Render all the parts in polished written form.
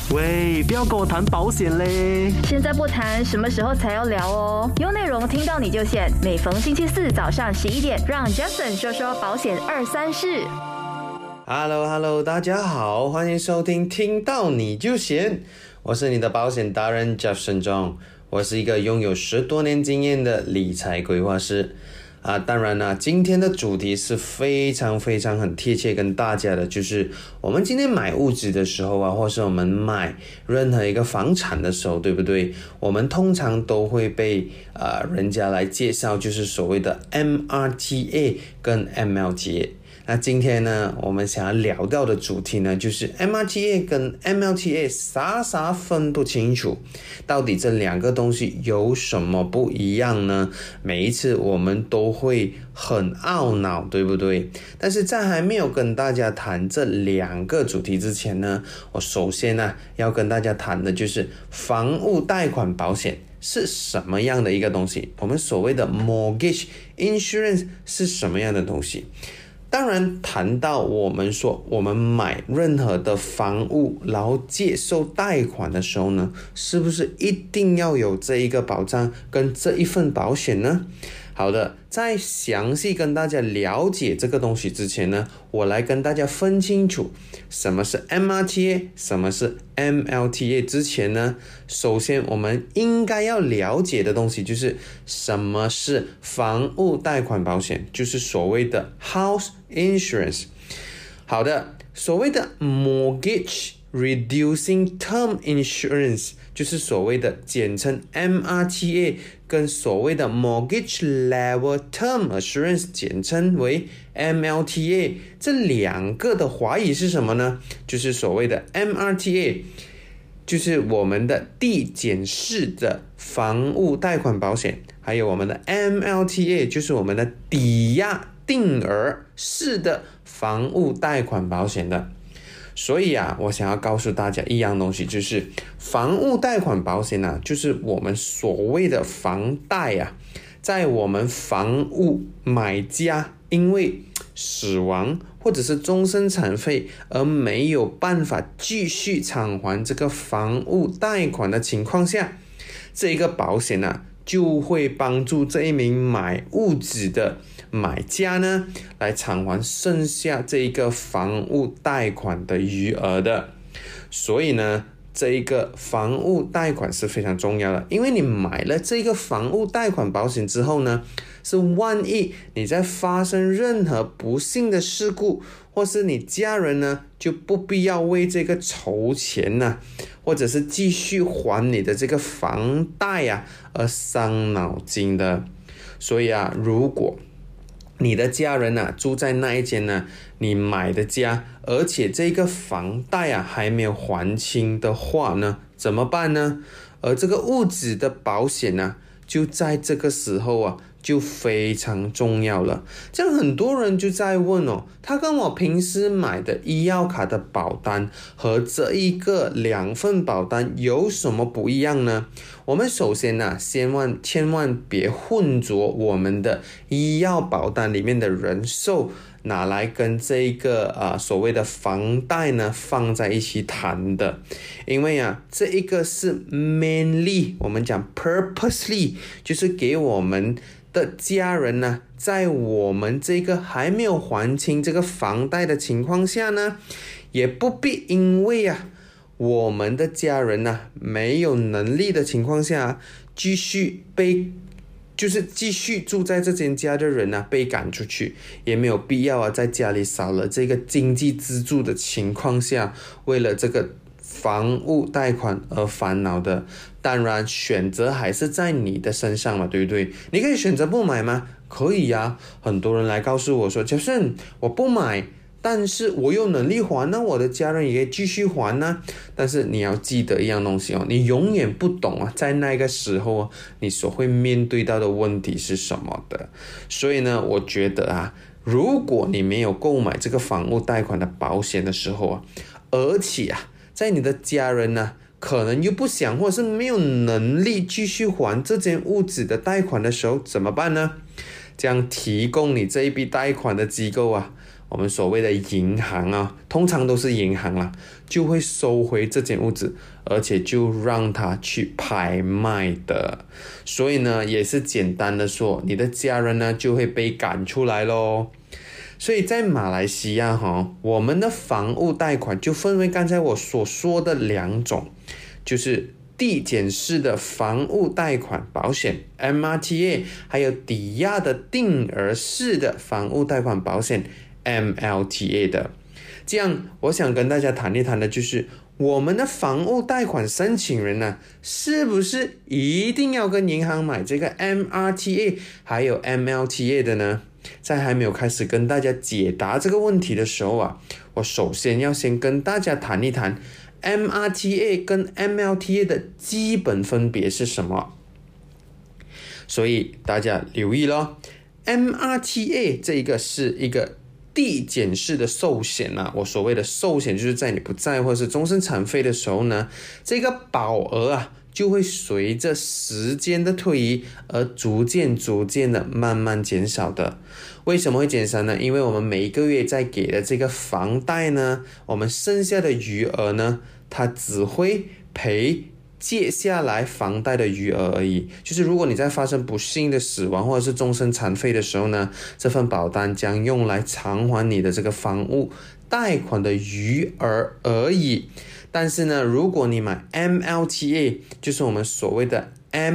喂，不要跟我谈保险嘞！ 现在不谈，什么时候才要聊哦？有内容听到你就选，每逢星期四早上11点，让 Jason 说说保险234事。 Hello， 大家好，欢迎收听听到你就选，我是你的保险达人 Jason Zhong， 我是一个拥有10多年经验的理财规划师。当然啦，今天的主题是非常很贴切跟大家的，就是我们今天买物质的时候或是我们买任何一个房产的时候，对不对？我们通常都会被人家来介绍，就是所谓的 MRTA 跟 MLTA。那今天呢，我们想要聊到的主题呢，就是 MRTA 跟 MLTA 傻分不清楚，到底这两个东西有什么不一样呢？每一次我们都会很懊恼，对不对？但是在还没有跟大家谈这两个主题之前呢，我首先呢要跟大家谈的就是房屋贷款保险是什么样的一个东西，我们所谓的 mortgage insurance 是什么样的东西。当然谈到我们说我们买任何的房屋然后接受贷款的时候呢，是不是一定要有这一个保障跟这一份保险呢？好的，在详细跟大家了解这个东西之前呢，我来跟大家分清楚什么是 MRTA 什么是 MLTA 之前呢，首先我们应该要了解的东西就是什么是房屋贷款保险，就是所谓的 House Insurance。 好的，所谓的 Mortgage Reducing Term Insurance 就是所谓的简称 MRTA， 跟所谓的 Mortgage Level Term Assurance 简称为 MLTA， 这两个的华语是什么呢？就是所谓的 MRTA 就是我们的递减式的房屋贷款保险，还有我们的 MLTA 就是我们的抵押定额式的房屋贷款保险的。所以我想要告诉大家一样东西，就是房屋贷款保险就是我们所谓的房贷在我们房屋买家因为死亡或者是终身残废而没有办法继续偿还这个房屋贷款的情况下，这个保险就会帮助这一名买屋子的买家呢来偿还剩下这一个房屋贷款的余额的。所以呢，这一个房屋贷款是非常重要的，因为你买了这个房屋贷款保险之后呢，是万一你在发生任何不幸的事故，或是你家人呢就不必要为这个筹钱或者是继续还你的这个房贷而伤脑筋的。所以如果你的家人住在那一间你买的家，而且这个房贷还没有还清的话呢，怎么办呢？而这个物质的保险就在这个时候就非常重要了。这样很多人就在问他跟我平时买的医药卡的保单和这一个2份保单有什么不一样呢？我们首先千万别混浊我们的医药保单里面的人寿拿来跟这一个所谓的房贷放在一起谈的。因为这一个是 mainly 我们讲 purposely 就是给我们的家人在我们这个还没有还清这个房贷的情况下呢，也不必因为我们的家人没有能力的情况下继续住在这间家的人被赶出去，也没有必要在家里少了这个经济支柱的情况下为了这个房屋贷款而烦恼的。当然选择还是在你的身上嘛，对不对？你可以选择不买吗？可以很多人来告诉我说，Jason，我不买，但是我有能力还我的家人也可以继续还但是你要记得一样东西你永远不懂在那个时候你所会面对到的问题是什么的。所以呢，我觉得如果你没有购买这个房屋贷款的保险的时候而且在你的家人可能又不想或者是没有能力继续还这间屋子的贷款的时候怎么办呢？这样提供你这一笔贷款的机构我们所谓的银行啊，通常都是银行啦，就会收回这间屋子，而且就让它去拍卖的。所以呢，也是简单的说，你的家人呢就会被赶出来咯。所以在马来西亚我们的房屋贷款就分为刚才我所说的2种，就是递减式的房屋贷款保险 MRTA， 还有抵押的定额式的房屋贷款保险 MLTA 的。这样我想跟大家谈一谈的就是我们的房屋贷款申请人呢，是不是一定要跟银行买这个 MRTA 还有 MLTA 的呢？在还没有开始跟大家解答这个问题的时候啊，我首先要先跟大家谈一谈 MRTA 跟 MLTA 的基本分别是什么。所以大家留意咯， MRTA 这个是一个递减式的寿险啊，我所谓的寿险就是在你不在或是终身残废的时候呢，这个保额啊就会随着时间的推移而逐渐的慢慢减少的。为什么会减少呢？因为我们每一个月在给的这个房贷呢，我们剩下的余额呢，它只会赔借下来房贷的余额而已。就是如果你在发生不幸的死亡或者是终身残废的时候呢，这份保单将用来偿还你的这个房屋贷款的余额而已。但是呢，如果你买 MLTA， 就是我们所谓的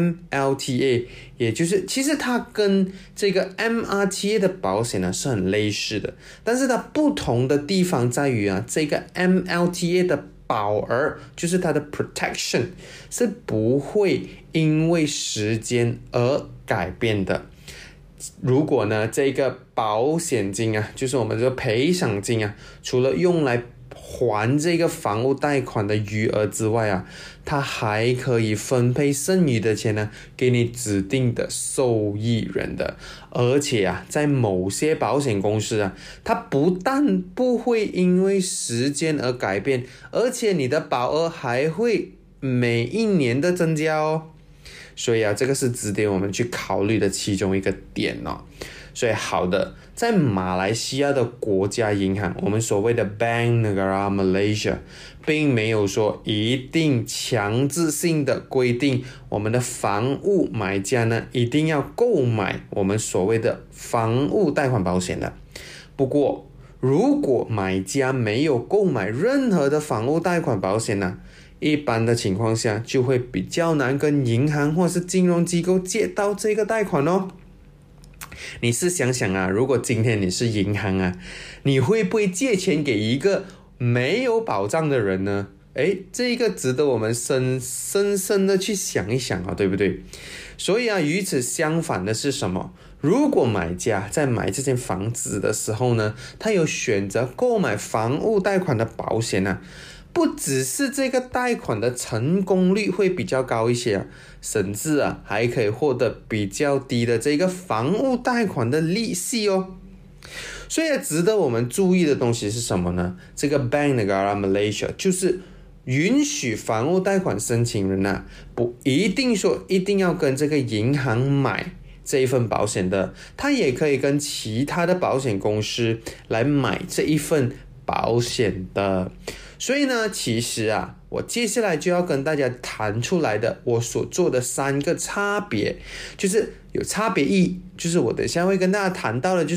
MLTA， 也就是其实它跟这个 MRTA 的保险呢是很类似的，但是它不同的地方在于啊，这个 MLTA 的保额就是它的 protection 是不会因为时间而改变的。如果呢这个保险金啊，就是我们这个赔偿金啊，除了用来还这个房屋贷款的余额之外啊，它还可以分配剩余的钱呢给你指定的受益人的。而且啊，在某些保险公司啊，它不但不会因为时间而改变，而且你的保额还会每一年的增加哦。所以啊，这个是值得我们去考虑的其中一个点哦。所以好的，在马来西亚的国家银行，我们所谓的 Bank Negara Malaysia， 并没有说一定强制性的规定我们的房屋买家呢一定要购买我们所谓的房屋贷款保险的。不过如果买家没有购买任何的房屋贷款保险呢，一般的情况下就会比较难跟银行或是金融机构借到这个贷款哦。你是想想啊，如果今天你是银行啊，你会不会借钱给一个没有保障的人呢？这个值得我们深深的去想一想啊，对不对？所以啊，与此相反的是什么？如果买家在买这间房子的时候呢，他有选择购买房屋贷款的保险啊，不只是这个贷款的成功率会比较高一些啊，甚至啊还可以获得比较低的这个房屋贷款的利息哦。所以值得我们注意的东西是什么呢？这个 Bank Negara Malaysia 就是允许房屋贷款申请人啊，不一定说一定要跟这个银行买这一份保险的，他也可以跟其他的保险公司来买这一份保险的。所以呢，其实啊，我接下来就要跟大家谈出来的我所做的3个差别，就是有差别意，就是我等一下会跟大家谈到的，就是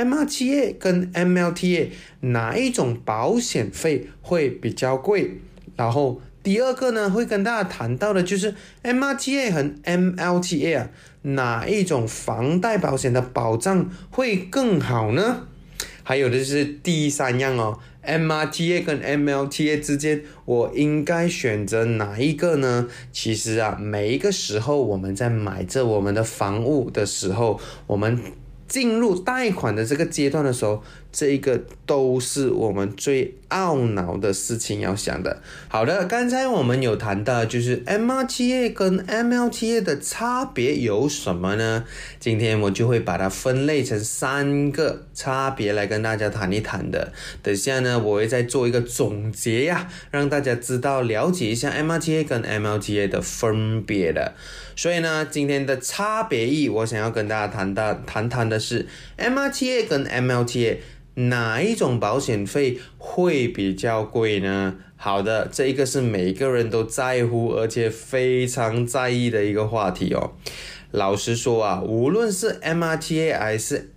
MRTA 跟 MLTA 哪一种保险费会比较贵。然后第二个呢，会跟大家谈到的就是 MRTA 和 MLTA 啊，哪一种房贷保险的保障会更好呢？还有的就是第3样哦，MRTA 跟 MLTA 之间我应该选择哪一个呢？其实啊，每一个时候我们在买着我们的房屋的时候，我们进入贷款的这个阶段的时候，这一个都是我们最懊恼的事情要想的。好的，刚才我们有谈到就是 MRTA 跟 MLTA 的差别有什么呢？今天我就会把它分类成3个差别来跟大家谈一谈的。等下呢，我会再做一个总结呀，让大家知道了解一下 MRTA 跟 MLTA 的分别的。所以呢，今天的差别意我想要跟大家谈谈的是 MRTA 跟 MLTA 哪一种保险费会比较贵呢？好的，这一个是每个人都在乎而且非常在意的一个话题哦。老实说啊，无论是 MRTA 还是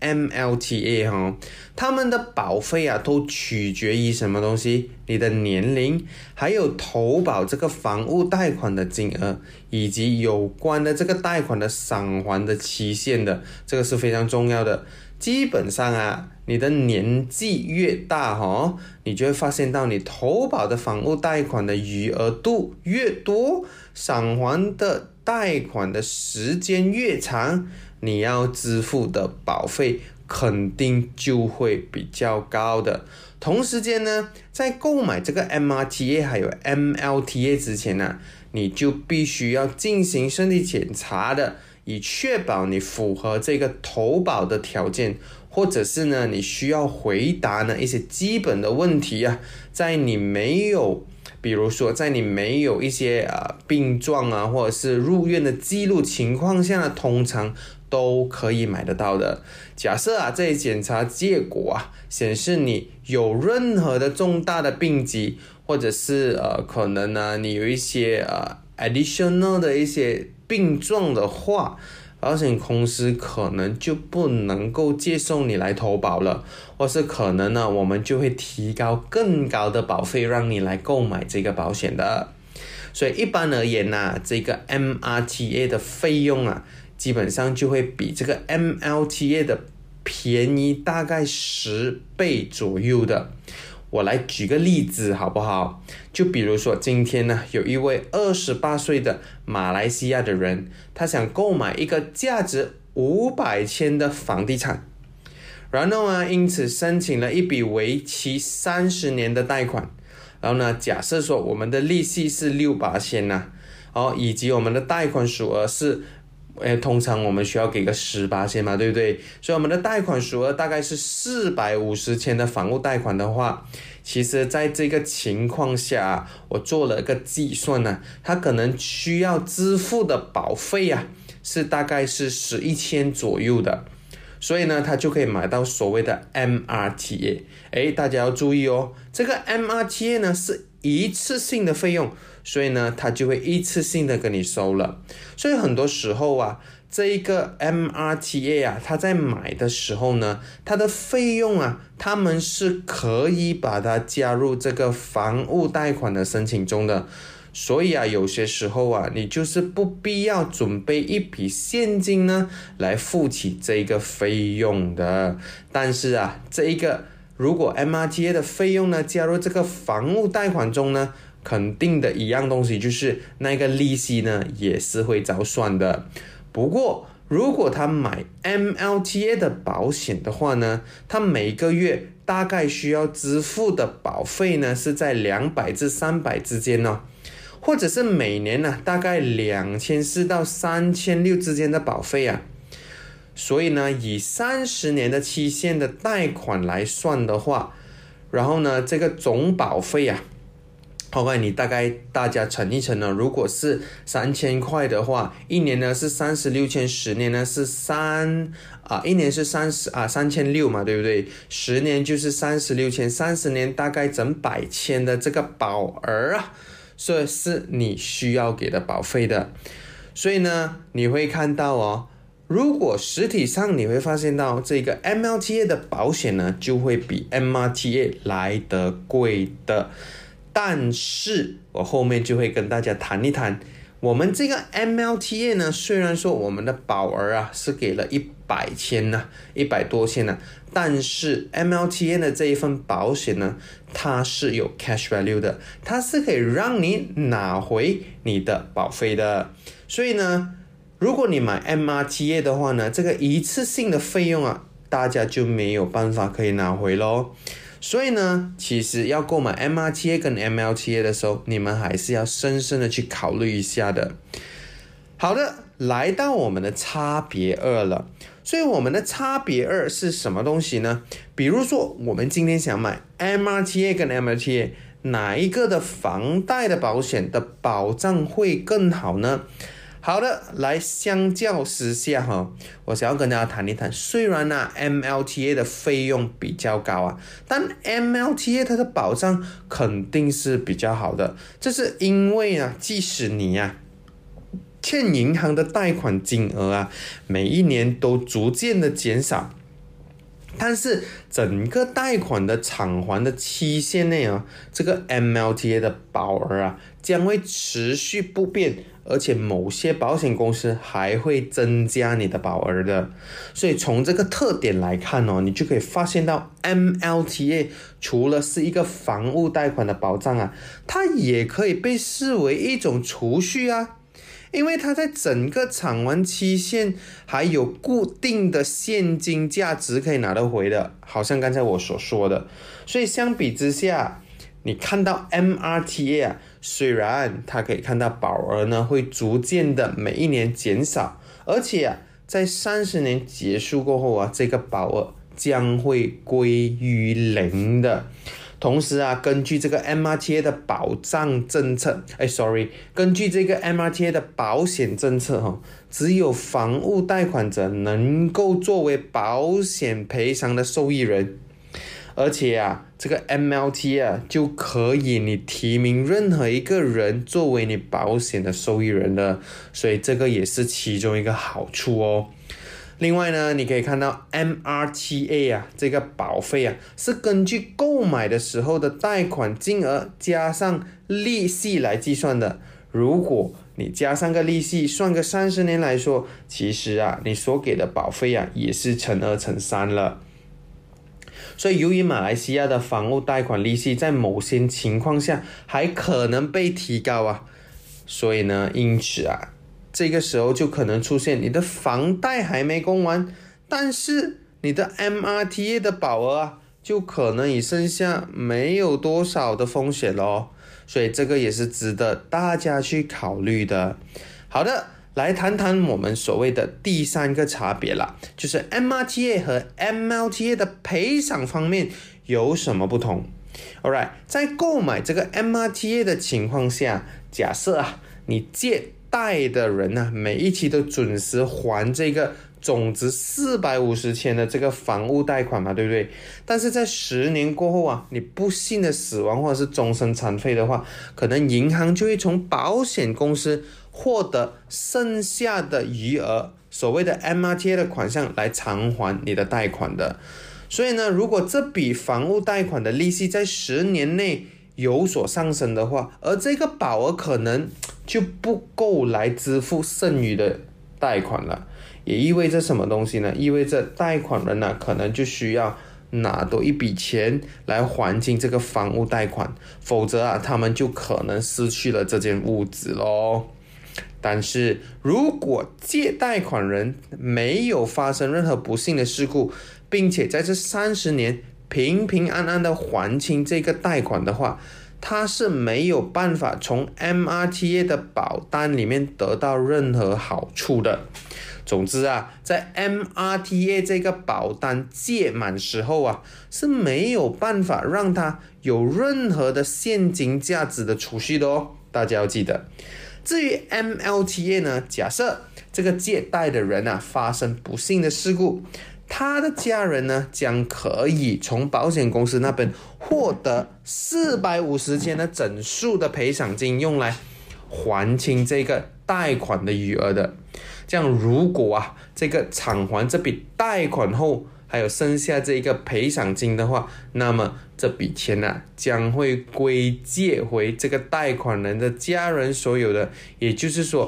MLTA 他们的保费啊都取决于什么东西？你的年龄，还有投保这个房屋贷款的金额，以及有关的这个贷款的偿还的期限的，这个是非常重要的。基本上啊，你的年纪越大你就会发现到你投保的房屋贷款的余额度越多，偿还的贷款的时间越长，你要支付的保费肯定就会比较高的。同时间呢，在购买这个 MRTA 还有 MLTA 之前呢，你就必须要进行身体检查的，以确保你符合这个投保的条件，或者是呢，你需要回答呢一些基本的问题啊，比如说在你没有一些病状啊，或者是入院的记录情况下呢，通常都可以买得到的。假设这些检查结果显示你有任何的重大的病疾，或者是可能呢你有一些additional 的一些病状的话，保险公司可能就不能够接受你来投保了，或是可能呢我们就会提高更高的保费让你来购买这个保险的。所以一般而言这个 MRTA 的费用基本上就会比这个 MLTA 的便宜大概10倍左右的。我来举个例子好不好？就比如说今天呢，有一位28岁的马来西亚的人，他想购买一个价值500千的房地产，然后因此申请了一笔为期30年的贷款。然后呢，假设说我们的利息是6%以及我们的贷款数额是通常我们需要给个10%嘛，对不对？所以我们的贷款数额大概是450千的房屋贷款的话，其实在这个情况下我做了一个计算它可能需要支付的保费是大概是11千左右的。所以呢，他就可以买到所谓的 MRTA。大家要注意这个 MRTA 呢是一次性的费用，所以呢，他就会一次性的跟你收了。所以很多时候这一个 MRTA 他在买的时候呢，他的费用他们是可以把它加入这个房屋贷款的申请中的。所以有些时候你就是不必要准备一笔现金呢来付起这个费用的。但是这一个如果 MRTA 的费用呢加入这个房屋贷款中呢，肯定的一样东西就是那个利息呢也是会照算的。不过如果他买 MLTA 的保险的话呢，他每个月大概需要支付的保费呢是在200至300之间或者是每年大概2400到3600之间的保费所以呢，以30年的期限的贷款来算的话，然后呢，这个总保费你大家乘一乘如果是3000块的话，一年呢是36千，10年呢是一年是3600嘛，对不对？10年就是36千，30年大概整100千的这个保额所以是你需要给的保费的。所以呢，你会看到如果实体上你会发现到这个 MLTA 的保险呢，就会比 MRTA 来得贵的。但是我后面就会跟大家谈一谈，我们这个 MLTA 呢，虽然说我们的保额是给了100千100多千但是 MLTA 的这一份保险呢，它是有 cash value 的，它是可以让你拿回你的保费的。所以呢，如果你买 MRTA 的话呢，这个一次性的费用大家就没有办法可以拿回咯。所以呢，其实要购买 MRTA 跟 MLTA 的时候，你们还是要深深的去考虑一下的。好的，来到我们的差别2了。所以我们的差别2是什么东西呢？比如说我们今天想买 MRTA 跟 MLTA， 哪一个的房贷的保险的保障会更好呢？ 好的，来相较之下我想要跟大家谈一谈，虽然MLTA 的费用比较高但 MLTA 它的保障肯定是比较好的。这是因为即使你欠银行的贷款金额每一年都逐渐的减少，但是整个贷款的偿还的期限内这个 MLTA 的保额将会持续不变，而且某些保险公司还会增加你的保额的。所以从这个特点来看你就可以发现到 MLTA 除了是一个房屋贷款的保障它也可以被视为一种储蓄因为它在整个偿还期限还有固定的现金价值可以拿得回的，好像刚才我所说的。所以相比之下，你看到 MRTA 虽然它可以看到保额呢会逐渐的每一年减少，而且在30年结束过后这个保额将会归于零的。同时根据这个 MRTA 的保障政策根据这个 MRTA 的保险政策只有房屋贷款者能够作为保险赔偿的受益人，而且这个 MLTA 就可以你提名任何一个人作为你保险的受益人的，所以这个也是其中一个好处另外呢，你可以看到 MRTA 这个保费是根据购买的时候的贷款金额加上利息来计算的。如果你加上个利息算个30年来说，其实你所给的保费也是乘2乘3了。所以由于马来西亚的房屋贷款利息在某些情况下还可能被提高所以呢，因此这个时候就可能出现你的房贷还没供完，但是你的 MRTA 的保额就可能已剩下没有多少的风险咯。所以这个也是值得大家去考虑的。好的，来谈谈我们所谓的第3个差别啦，就是 MRTA 和 MLTA 的赔偿方面有什么不同。 Alright， 在购买这个 MRTA 的情况下，假设你借贷的人每一期都准时还这个总值450千的这个房屋贷款嘛，对不对？但是在10年过后你不幸的死亡或者是终身残废的话，可能银行就会从保险公司获得剩下的余额，所谓的 MRTA 的款项来偿还你的贷款的。所以呢，如果这笔房屋贷款的利息在10年内有所上升的话，而这个保额可能就不够来支付剩余的贷款了，也意味着什么东西呢？意味着贷款人可能就需要拿多一笔钱来还清这个房屋贷款，否则他们就可能失去了这间屋子咯。但是如果借贷款人没有发生任何不幸的事故，并且在这30年平平安安的还清这个贷款的话，他是没有办法从 MRTA 的保单里面得到任何好处的。总之在 MRTA 这个保单届满时候是没有办法让他有任何的现金价值的储蓄的大家要记得。至于 MLTA 呢，假设这个借贷的人发生不幸的事故，他的家人呢将可以从保险公司那边获得450千的整数的赔偿金，用来还清这个贷款的余额的。这样如果这个偿还这笔贷款后还有剩下这个赔偿金的话，那么这笔钱将会归借回这个贷款人的家人所有的。也就是说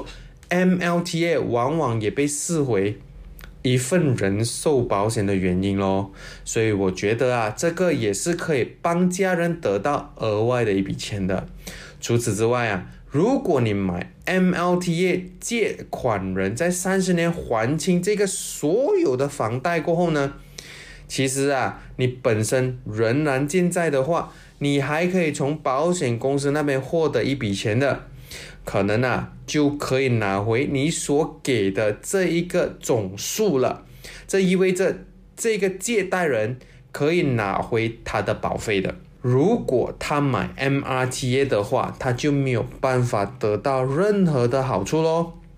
MLTA 往往也被视为一份人寿保险的原因咯。所以我觉得这个也是可以帮家人得到额外的一笔钱的。除此之外如果你买 MLTA 借款人在30年还清这个所有的房贷过后呢，其实你本身仍然健在的话，你还可以从保险公司那边获得一笔钱的，可能就可以拿回你所给的这一个总数了。这意味着这个借贷人可以拿回他的保费的。如果他买 MRTA 的话，他就没有办法得到任何的好处咯。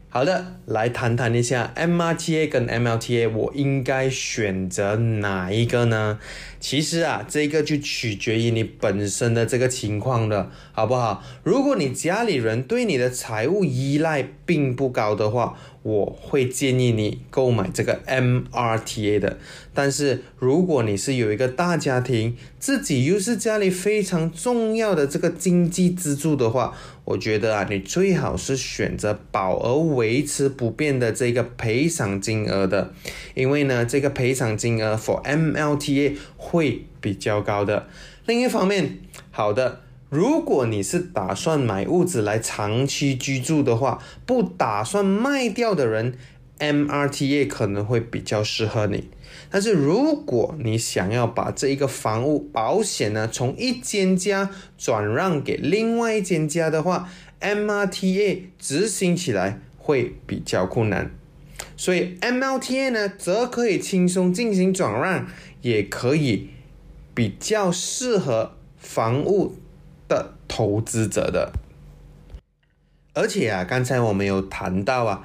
好的，来谈谈一下 MRTA 跟 MLTA 我应该选择哪一个呢？其实啊，这个就取决于你本身的这个情况了，好不好？如果你家里人对你的财务依赖并不高的话，我会建议你购买这个 MRTA 的。但是如果你是有一个大家庭，自己又是家里非常重要的这个经济支柱的话，我觉得啊，你最好是选择保额维持不变的这个赔偿金额的，因为呢，这个赔偿金额 for MLTA 会比较高的。另一方面，好的，如果你是打算买屋子来长期居住的话，不打算卖掉的人， MRTA 可能会比较适合你。但是如果你想要把这一个房屋保险呢，从一间家转让给另外一间家的话， MRTA 执行起来会比较困难。所以 MLTA 呢，则可以轻松进行转让，也可以比较适合房屋的投资者的。而且啊，刚才我们有谈到啊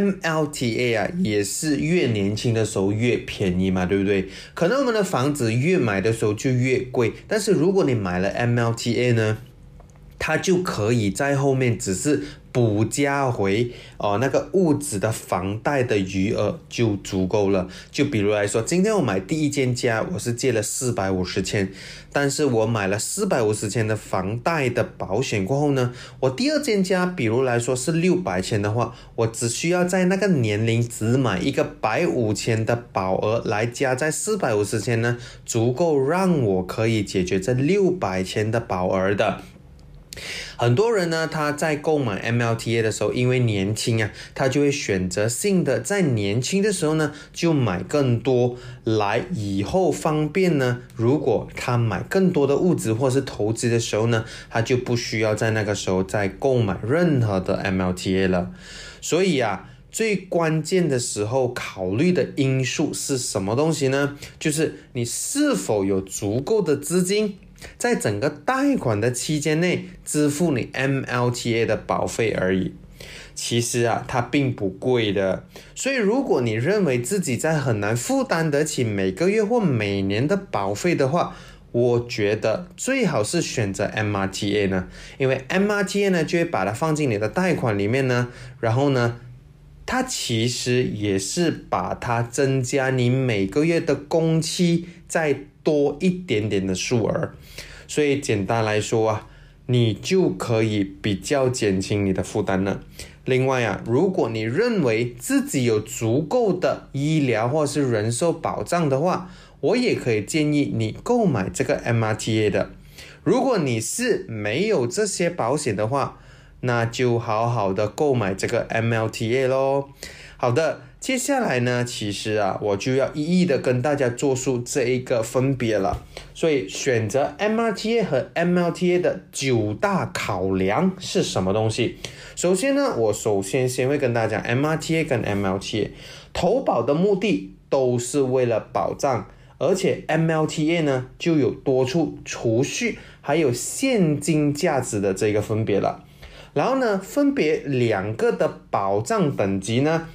，MLTA 啊也是越年轻的时候越便宜嘛，对不对？可能我们的房子越买的时候就越贵，但是如果你买了 MLTA 呢，它就可以在后面只是补加回那个屋子的房贷的余额就足够了。就比如来说，今天我买第一间家，我是借了450千，但是我买了450千的房贷的保险过后呢，我第二间家比如来说是600千的话，我只需要在那个年龄只买一个150千的保额来加在450千呢，足够让我可以解决这600千的保额的。很多人呢，他在购买 MLTA 的时候，因为年轻啊，他就会选择性的在年轻的时候呢，就买更多，来以后方便呢，如果他买更多的物质或是投资的时候呢，他就不需要在那个时候再购买任何的 MLTA 了。所以啊，最关键的时候考虑的因素是什么东西呢？就是你是否有足够的资金，在整个贷款的期间内支付你 MLTA 的保费而已。其实啊，它并不贵的，所以如果你认为自己在很难负担得起每个月或每年的保费的话，我觉得最好是选择 MRTA 呢，因为 MRTA 呢就会把它放进你的贷款里面呢，然后呢，它其实也是把它增加你每个月的工期再多一点点的数额，所以简单来说啊，你就可以比较减轻你的负担了。另外啊，如果你认为自己有足够的医疗或是人寿保障的话，我也可以建议你购买这个 MRTA 的。如果你是没有这些保险的话，那就好好的购买这个 MLTA 咯。好的，接下来呢，其实啊，我就要一一的跟大家做出这一个分别了。所以选择 MRTA 和 MLTA 的9大考量是什么东西？首先呢，我先会跟大家讲 MRTA 跟 MLTA 投保的目的都是为了保障，而且 MLTA 呢就有多出储蓄还有现金价值的这个分别了。然后呢，分别两个的保障等级呢，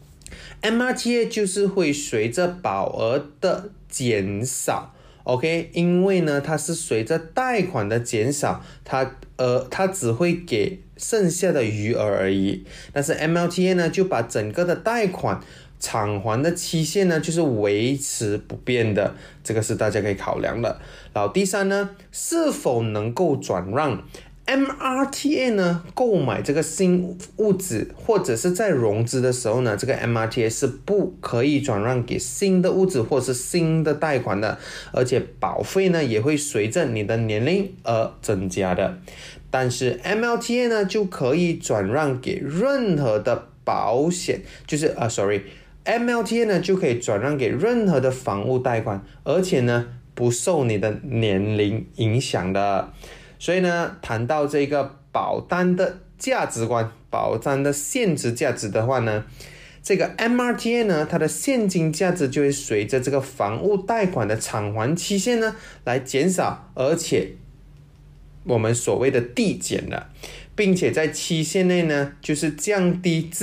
MRTA 就是会随着保额的减少 OK， 因为呢它是随着贷款的减少，它只会给剩下的余额而已。但是 MLTA 呢就把整个的贷款偿还的期限呢就是维持不变的，这个是大家可以考量的。然后第三呢，是否能够转让。MRTA 呢，购买这个新物质或者是在融资的时候呢，这个 MRTA 是不可以转让给新的物质或是新的贷款的，而且保费呢也会随着你的年龄而增加的。但是 MLTA 呢就可以转让给任何的保险，MLTA 呢就可以转让给任何的房屋贷款，而且呢不受你的年龄影响的。所以呢，谈到这个保单的价值观，保单的现值价值的话呢，这个 MRTA 呢，它的现金价值就会随着这个房屋贷款的偿还期限呢来减少，而且我们所谓的递减了，并且在期限内呢，就是降低至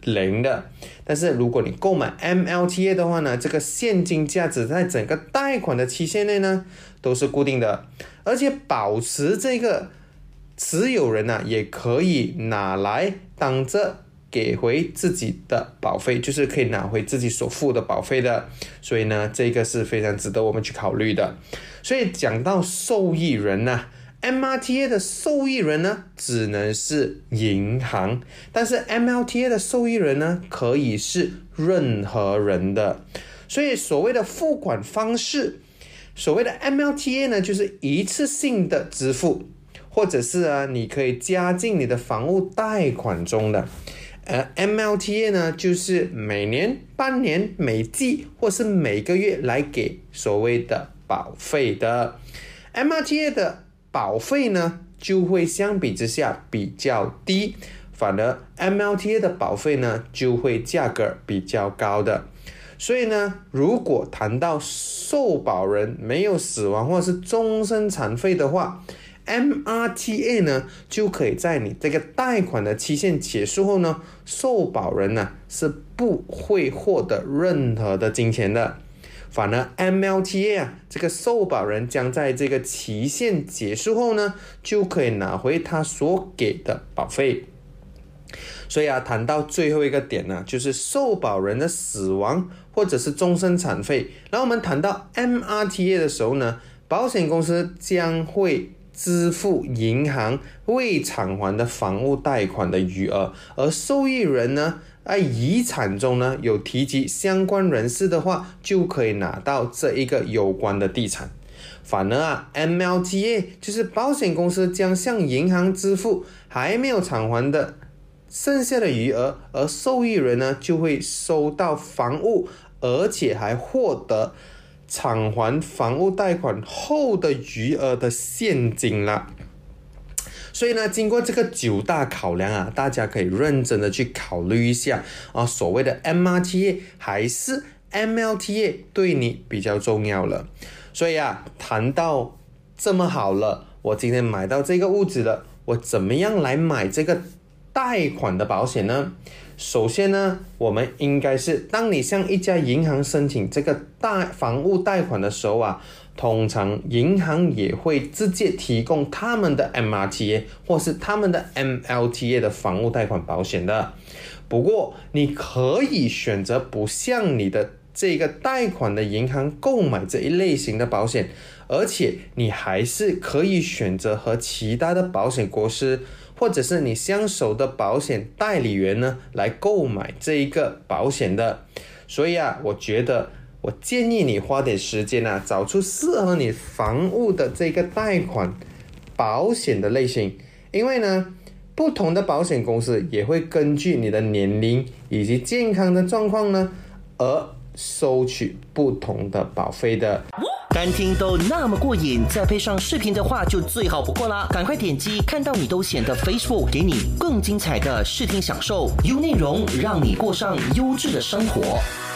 0的。但是如果你购买 MLTA 的话呢，这个现金价值在整个贷款的期限内呢都是固定的，而且保持这个持有人呢也可以拿来当着给回自己的保费，就是可以拿回自己所付的保费的。所以呢，这个是非常值得我们去考虑的。所以讲到受益人呢，MRTA 的受益人呢只能是银行，但是 MLTA 的受益人呢可以是任何人的。所以所谓的付款方式，所谓的 MLTA 呢就是一次性的支付，或者是你可以加进你的房屋贷款中的。MLTA 呢就是每年、半年、每季或是每个月来给所谓的保费的。MRTA 的保费呢就会相比之下比较低，反而 MLTA 的保费呢就会价格比较高的。所以呢，如果谈到受保人没有死亡或是终身残废的话， MRTA 呢就可以在你这个贷款的期限结束后呢，受保人呢是不会获得任何的金钱的。反而 MLTA 这个受保人将在这个期限结束后呢，就可以拿回他所给的保费。所以谈到最后一个点呢，就是受保人的死亡或者是终身残废。然后我们谈到 MRTA 的时候呢，保险公司将会支付银行未偿还的房屋贷款的余额，而受益人呢在遗产中呢有提及相关人士的话，就可以拿到这一个有关的地产。反而MLTA 就是保险公司将向银行支付还没有偿还的剩下的余额，而受益人呢就会收到房屋，而且还获得偿还房屋贷款后的余额的现金啦。所以呢，经过这个9大考量大家可以认真的去考虑一下所谓的 MRTA 还是 MLTA 对你比较重要了。所以谈到这么好了，我今天买到这个屋子了，我怎么样来买这个贷款的保险呢？首先呢，我们应该是当你向一家银行申请这个房屋贷款的时候通常银行也会直接提供他们的 MRTA 或是他们的 MLTA 的房屋贷款保险的。不过你可以选择不向你的这个贷款的银行购买这一类型的保险，而且你还是可以选择和其他的保险公司或者是你相熟的保险代理员呢来购买这一个保险的。所以我建议你花点时间找出适合你房屋的这个贷款保险的类型，因为呢不同的保险公司也会根据你的年龄以及健康的状况呢而收取不同的保费的。 单听都那么过瘾，再配上视频的话就最好不过啦！赶快点击看到你都显的 Facebook， 给你更精彩的视听享受，优内容让你过上优质的生活。